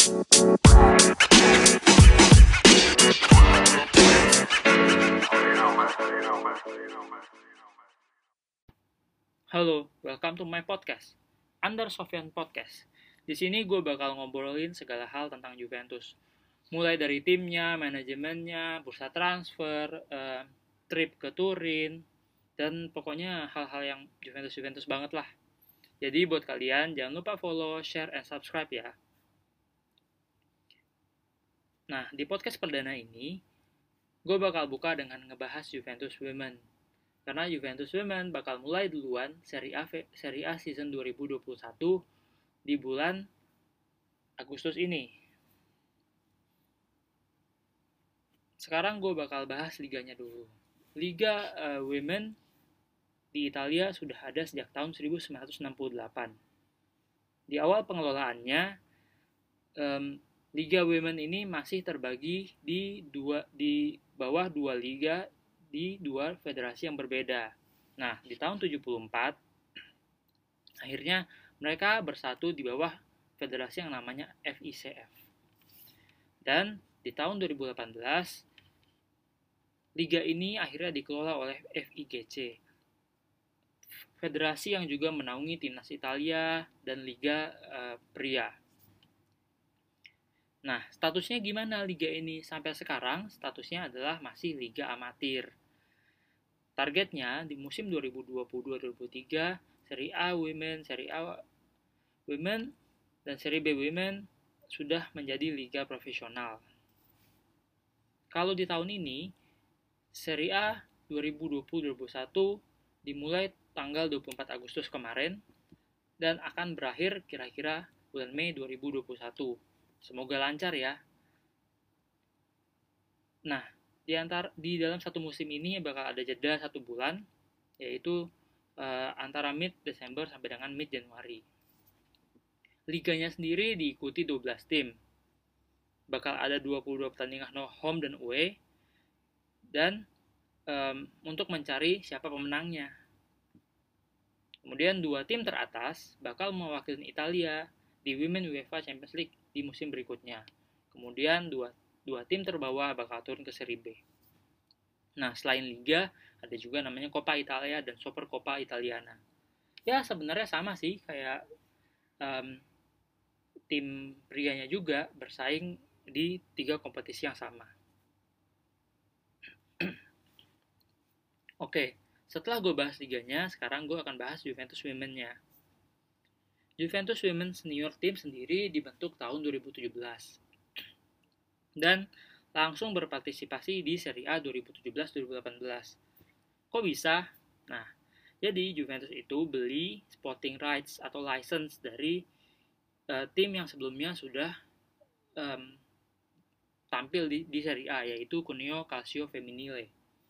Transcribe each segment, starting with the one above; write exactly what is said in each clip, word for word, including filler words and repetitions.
Halo, welcome to my podcast, Under Sofyan Podcast. Di sini gue bakal ngobrolin segala hal tentang Juventus. Mulai dari timnya, manajemennya, bursa transfer, eh, trip ke Turin, dan pokoknya hal-hal yang Juventus-Juventus banget lah. Jadi buat kalian, jangan lupa follow, share, and subscribe ya. Nah, di podcast perdana ini, gue bakal buka dengan ngebahas Juventus Women. Karena Juventus Women bakal mulai duluan Serie A, Serie A season dua ribu dua puluh satu di bulan Agustus ini. Sekarang gue bakal bahas liganya dulu. Liga uh, Women di Italia sudah ada sejak tahun seribu sembilan ratus enam puluh delapan. Di awal pengelolaannya, um, Liga Women ini masih terbagi di dua di bawah dua liga di dua federasi yang berbeda. Nah, di tahun tujuh puluh empat, akhirnya mereka bersatu di bawah federasi yang namanya F I C F. Dan di tahun dua ribu delapan belas, liga ini akhirnya dikelola oleh F I G C. Federasi yang juga menaungi timnas Italia dan liga uh, pria. Nah, statusnya gimana liga ini? Sampai sekarang, statusnya adalah masih liga amatir. Targetnya di musim dua ribu dua puluh dua dua ribu dua puluh tiga, Serie A Women, Serie A Women, dan Serie B Women sudah menjadi liga profesional. Kalau di tahun ini, Serie A dua ribu dua puluh dua ribu dua puluh satu dimulai tanggal dua puluh empat Agustus kemarin dan akan berakhir kira-kira bulan Mei dua ribu dua puluh satu. Semoga lancar ya. Nah, Di, antar, di dalam satu musim ini bakal ada jeda satu bulan, yaitu uh, antara mid-Desember sampai dengan mid-Januari. Liganya sendiri diikuti dua belas tim. Bakal ada dua puluh dua pertandingan home dan away, dan um, untuk mencari siapa pemenangnya. Kemudian dua tim teratas bakal mewakili Italia di Women UEFA Champions League di musim berikutnya. Kemudian dua Dua tim terbawah bakal turun ke Serie B. Nah, selain Liga, ada juga namanya Coppa Italia dan Supercoppa Italiana. Ya, sebenarnya sama sih, kayak um, tim prianya juga bersaing di tiga kompetisi yang sama. Oke, setelah gue bahas liganya, sekarang gue akan bahas Juventus Women-nya. Juventus Women Senior Team sendiri dibentuk tahun dua ribu tujuh belas. Dan langsung berpartisipasi di Serie A dua ribu tujuh belas dua ribu delapan belas. Kok bisa? Nah, jadi Juventus itu beli sporting rights atau license dari uh, tim yang sebelumnya sudah um, tampil di, di Serie A, yaitu Cuneo Calcio Femminile.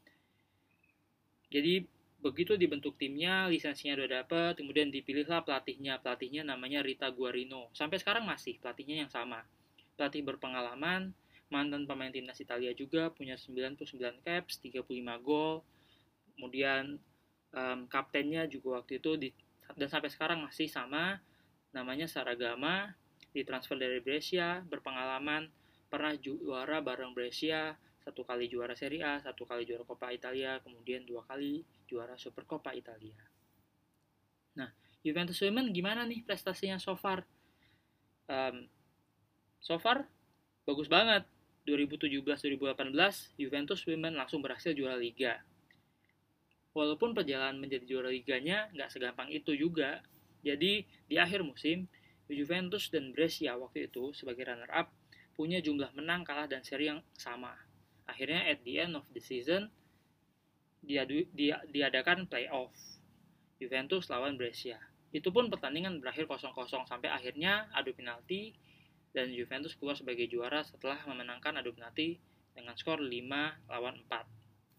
Jadi begitu dibentuk timnya, lisensinya udah dapet, kemudian dipilihlah pelatihnya. Pelatihnya namanya Rita Guarino. Sampai sekarang masih pelatihnya yang sama. Pelatih berpengalaman, mantan pemain timnas Italia juga, punya sembilan puluh sembilan caps, tiga puluh lima gol. Kemudian um, kaptennya juga waktu itu di, dan sampai sekarang masih sama, namanya Saragama, ditransfer dari Brescia, berpengalaman, pernah juara bareng Brescia, satu kali juara Serie A, satu kali juara Coppa Italia, kemudian dua kali juara Supercoppa Italia. Nah, Juventus Women gimana nih prestasinya so far? Um, so far bagus banget. dua ribu tujuh belas dua ribu delapan belas Juventus Women langsung berhasil juara Liga. Walaupun perjalanan menjadi juara Liganya nggak segampang itu juga. Jadi di akhir musim, Juventus dan Brescia waktu itu sebagai runner-up punya jumlah menang, kalah, dan seri yang sama. Akhirnya at the end of the season diadu, di, diadakan playoff Juventus lawan Brescia. Itu pun pertandingan berakhir kosong kosong sampai akhirnya adu penalti dan Juventus keluar sebagai juara setelah memenangkan adu penalti dengan skor lima lawan empat.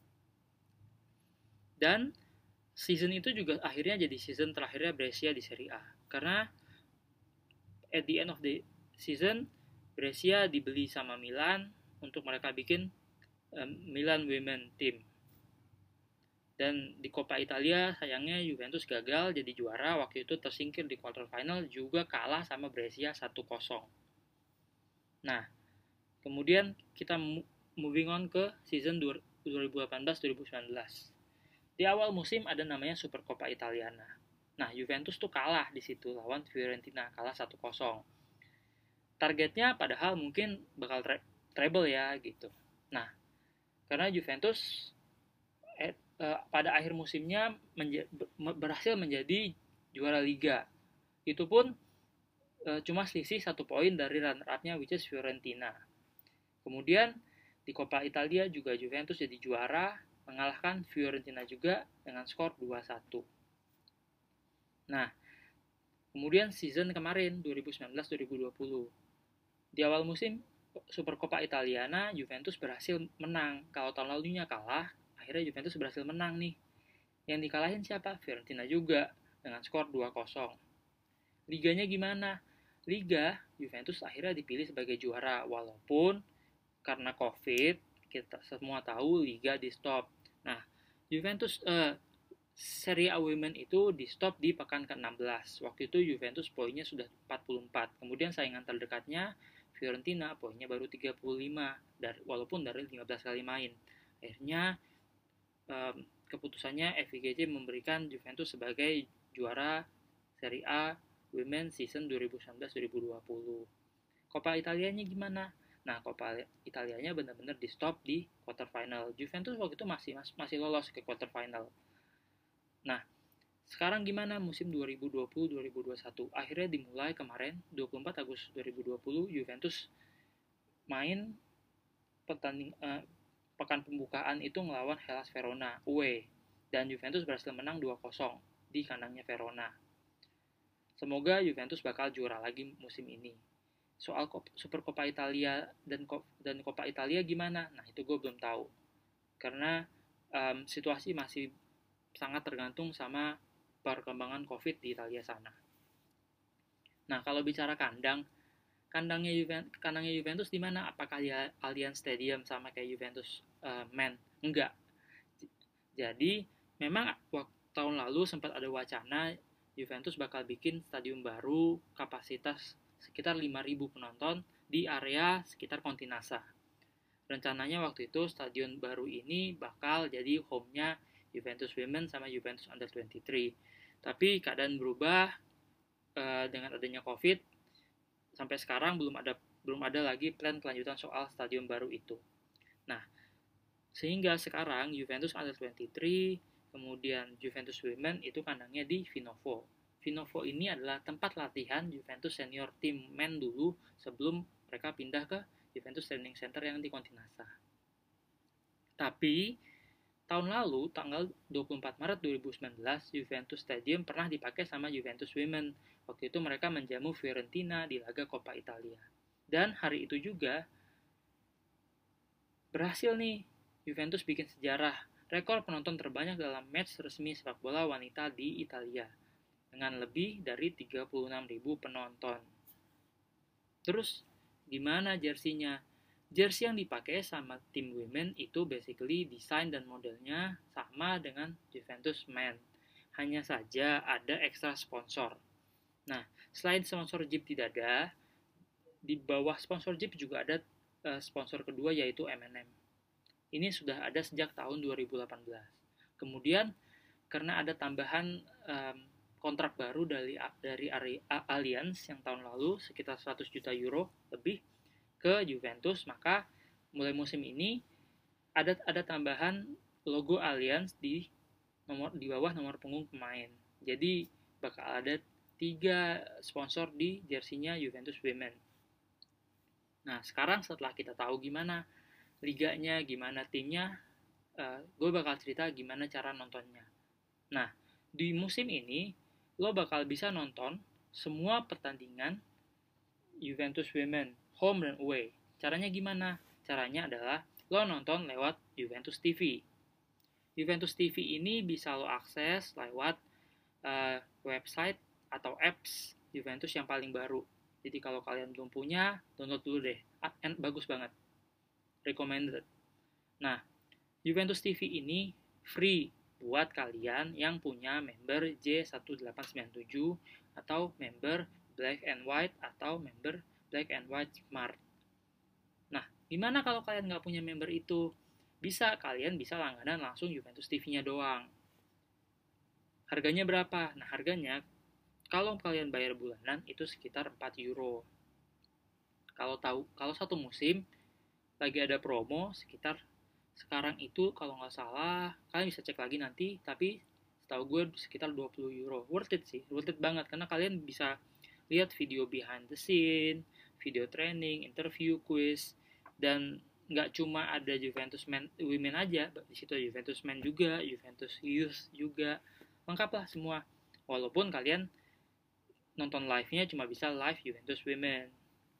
Dan season itu juga akhirnya jadi season terakhirnya Brescia di Serie A. Karena at the end of the season, Brescia dibeli sama Milan untuk mereka bikin um, Milan Women Team. Dan di Coppa Italia sayangnya Juventus gagal jadi juara, waktu itu tersingkir di quarter final, juga kalah sama Brescia satu kosong. Nah, kemudian kita moving on ke season dua ribu delapan belas dua ribu sembilan belas. Di awal musim ada namanya Supercoppa Italiana. Nah, Juventus tuh kalah di situ lawan Fiorentina, kalah satu kosong. Targetnya padahal mungkin bakal tre- treble ya gitu. Nah, karena Juventus eh, eh, pada akhir musimnya menja- berhasil menjadi juara liga. Itu pun eh, cuma selisih satu poin dari runner-up-nya which is Fiorentina. Kemudian di Coppa Italia juga Juventus jadi juara, mengalahkan Fiorentina juga dengan skor dua satu. Nah, kemudian season kemarin dua ribu sembilan belas dua ribu dua puluh. Di awal musim Supercoppa Italiana Juventus berhasil menang. Kalau tahun lalunya kalah, akhirnya Juventus berhasil menang nih. Yang dikalahin siapa? Fiorentina juga dengan skor dua kosong. Liganya gimana? Liga Juventus akhirnya dipilih sebagai juara walaupun karena Covid kita semua tahu liga di stop. Nah, Juventus eh, Serie A Women itu di stop di pekan ke enam belas. Waktu itu Juventus poinnya sudah empat puluh empat. Kemudian saingan terdekatnya Fiorentina poinnya baru tiga puluh lima dari walaupun dari lima belas kali main. Akhirnya um, keputusannya F I G C memberikan Juventus sebagai juara Serie A Women season dua ribu sembilan belas dua ribu dua puluh. Coppa Italianya gimana? Nah, Coppa Italianya benar-benar di stop di quarter final. Juventus waktu itu masih masih lolos ke quarter final. Nah, sekarang gimana musim dua ribu dua puluh dua ribu dua puluh satu? Akhirnya dimulai kemarin dua puluh empat Agustus dua ribu dua puluh Juventus main pertanding uh, pekan pembukaan itu ngelawan Hellas Verona away dan Juventus berhasil menang dua kosong di kandangnya Verona. Semoga Juventus bakal juara lagi musim ini. Soal Supercoppa Italia dan dan Coppa Italia gimana? Nah, itu gue belum tahu. Karena um, situasi masih sangat tergantung sama perkembangan Covid di Italia sana. Nah, kalau bicara kandang, kandangnya Juventus, kandangnya Juventus di mana? Apakah di Allianz Stadium sama kayak Juventus uh, Men? Enggak. Jadi, memang waktu tahun lalu sempat ada wacana Juventus bakal bikin stadium baru kapasitas sekitar lima ribu penonton di area sekitar Kontinasa. Rencananya waktu itu stadion baru ini bakal jadi home-nya Juventus Women sama Juventus Under dua puluh tiga. Tapi keadaan berubah uh, dengan adanya Covid. Sampai sekarang belum ada belum ada lagi plan kelanjutan soal stadion baru itu. Nah, sehingga sekarang Juventus Under dua puluh tiga, kemudian Juventus Women itu kandangnya di Vinovo. Vinovo ini adalah tempat latihan Juventus senior tim men dulu sebelum mereka pindah ke Juventus Training Center yang di Kontinasa. Tapi tahun lalu, tanggal dua puluh empat Maret dua ribu sembilan belas, Juventus Stadium pernah dipakai sama Juventus Women. Waktu itu mereka menjamu Fiorentina di laga Coppa Italia. Dan hari itu juga berhasil nih Juventus bikin sejarah, rekor penonton terbanyak dalam match resmi sepak bola wanita di Italia dengan lebih dari tiga puluh enam ribu penonton. Terus gimana jersinya? Jersey yang dipakai sama tim women itu basically desain dan modelnya sama dengan Juventus Men. Hanya saja ada ekstra sponsor. Nah, selain sponsor Jeep di dada, di bawah sponsor Jeep juga ada uh, sponsor kedua yaitu M and M. Ini sudah ada sejak tahun dua ribu delapan belas. Kemudian karena ada tambahan um, kontrak baru dari dari Allianz yang tahun lalu sekitar seratus juta euro lebih ke Juventus, maka mulai musim ini ada ada tambahan logo Allianz di nomor di bawah nomor punggung pemain. Jadi bakal ada tiga sponsor di jersinya Juventus Women. Nah, sekarang setelah kita tahu gimana liganya, gimana timnya, uh, gue bakal cerita gimana cara nontonnya. Nah, di musim ini, lo bakal bisa nonton semua pertandingan Juventus Women, home dan away. Caranya gimana? Caranya adalah lo nonton lewat Juventus T V. Juventus T V ini bisa lo akses lewat uh, website atau apps Juventus yang paling baru. Jadi kalau kalian belum punya, download dulu deh. Bagus banget. Recommended. Nah, Juventus T V ini free buat kalian yang punya member J satu delapan sembilan tujuh atau member Black and White atau member Black and White Smart. Gimana kalau kalian nggak punya member itu? Bisa, kalian bisa langganan langsung Juventus T V-nya doang. Harganya berapa? Nah, harganya kalau kalian bayar bulanan itu sekitar empat euro. Kalau tahu, kalau satu musim lagi ada promo sekitar sekarang itu kalau nggak salah, kalian bisa cek lagi nanti, tapi setahu gue sekitar dua puluh euro. Worth it sih, worth it banget karena kalian bisa lihat video behind the scene, video training, interview, quiz, dan nggak cuma ada Juventus men, women aja, di situ ada Juventus men juga, Juventus youth juga, lengkap lah semua. Walaupun kalian nonton live-nya cuma bisa live Juventus women.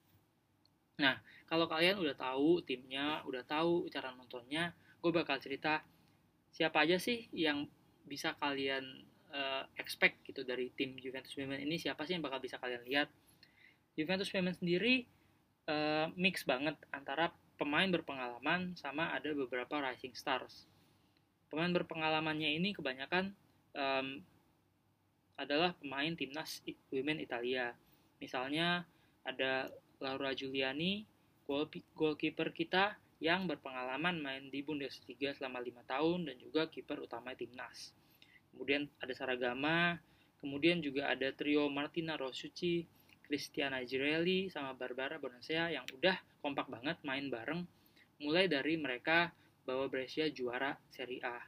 Nah, kalau kalian udah tahu timnya, udah tahu cara nontonnya, gue bakal cerita siapa aja sih yang bisa kalian uh, expect gitu dari tim Juventus Women ini, siapa sih yang bakal bisa kalian lihat. Juventus Women sendiri uh, mix banget antara pemain berpengalaman sama ada beberapa rising stars. Pemain berpengalamannya ini kebanyakan um, adalah pemain timnas Women Italia. Misalnya ada Laura Giuliani, goalkeeper kita yang berpengalaman main di Bundesliga selama lima tahun dan juga kiper utama timnas. Kemudian ada Saragama, kemudian juga ada trio Martina Rossucci, Cristiana Girelli, sama Barbara Bonacea yang udah kompak banget main bareng mulai dari mereka bawa Brescia juara Serie A.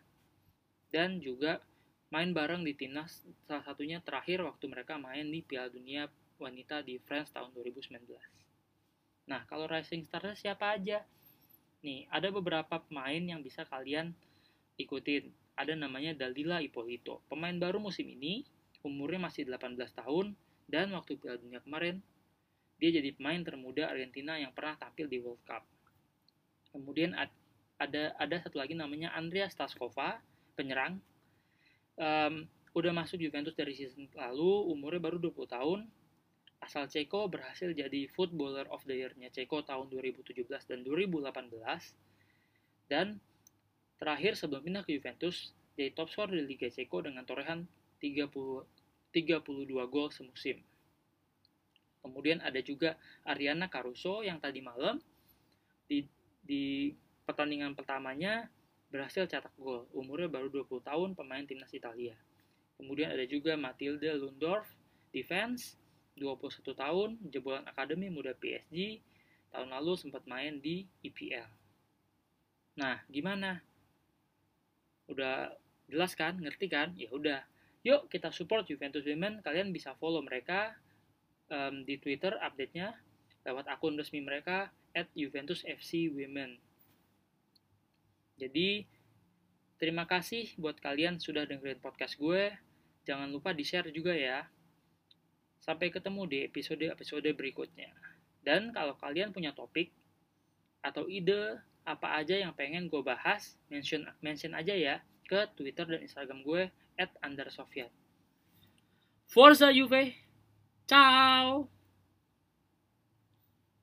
Dan juga main bareng di timnas, salah satunya terakhir waktu mereka main di Piala Dunia Wanita di France tahun dua ribu sembilan belas. Nah, kalau rising star siapa aja? Nih, ada beberapa pemain yang bisa kalian ikutin. Ada namanya Dalila Ippolito. Pemain baru musim ini, umurnya masih delapan belas tahun, dan waktu Piala Dunia kemarin, dia jadi pemain termuda Argentina yang pernah tampil di World Cup. Kemudian ada ada satu lagi namanya Andrea Staskova, penyerang. Um, udah masuk Juventus dari season lalu, umurnya baru dua puluh tahun. Asal Ceko, berhasil jadi Footballer of the Year-nya Ceko tahun dua ribu tujuh belas dan dua ribu delapan belas. Dan terakhir sebelum pindah ke Juventus, jadi top scorer di Liga Ceko dengan torehan tiga puluh dua gol semusim. Kemudian ada juga Ariana Caruso yang tadi malam di, di pertandingan pertamanya berhasil cetak gol. Umurnya baru dua puluh tahun, pemain timnas Italia. Kemudian ada juga Matilda Lundorf, defense, dua puluh satu tahun, jebolan Akademi Muda P S G, tahun lalu sempat main di E P L. Nah, gimana? Udah jelas kan? Ngerti kan? Ya udah. Yuk kita support Juventus Women. Kalian bisa follow mereka um, di Twitter update-nya lewat akun resmi mereka at Juventus F C Women. Jadi, terima kasih buat kalian sudah dengerin podcast gue. Jangan lupa di-share juga ya. Sampai ketemu di episode-episode berikutnya. Dan kalau kalian punya topik atau ide apa aja yang pengen gue bahas, mention mention aja ya ke Twitter dan Instagram gue at Andar Sofyan. Forza Juve! Ciao!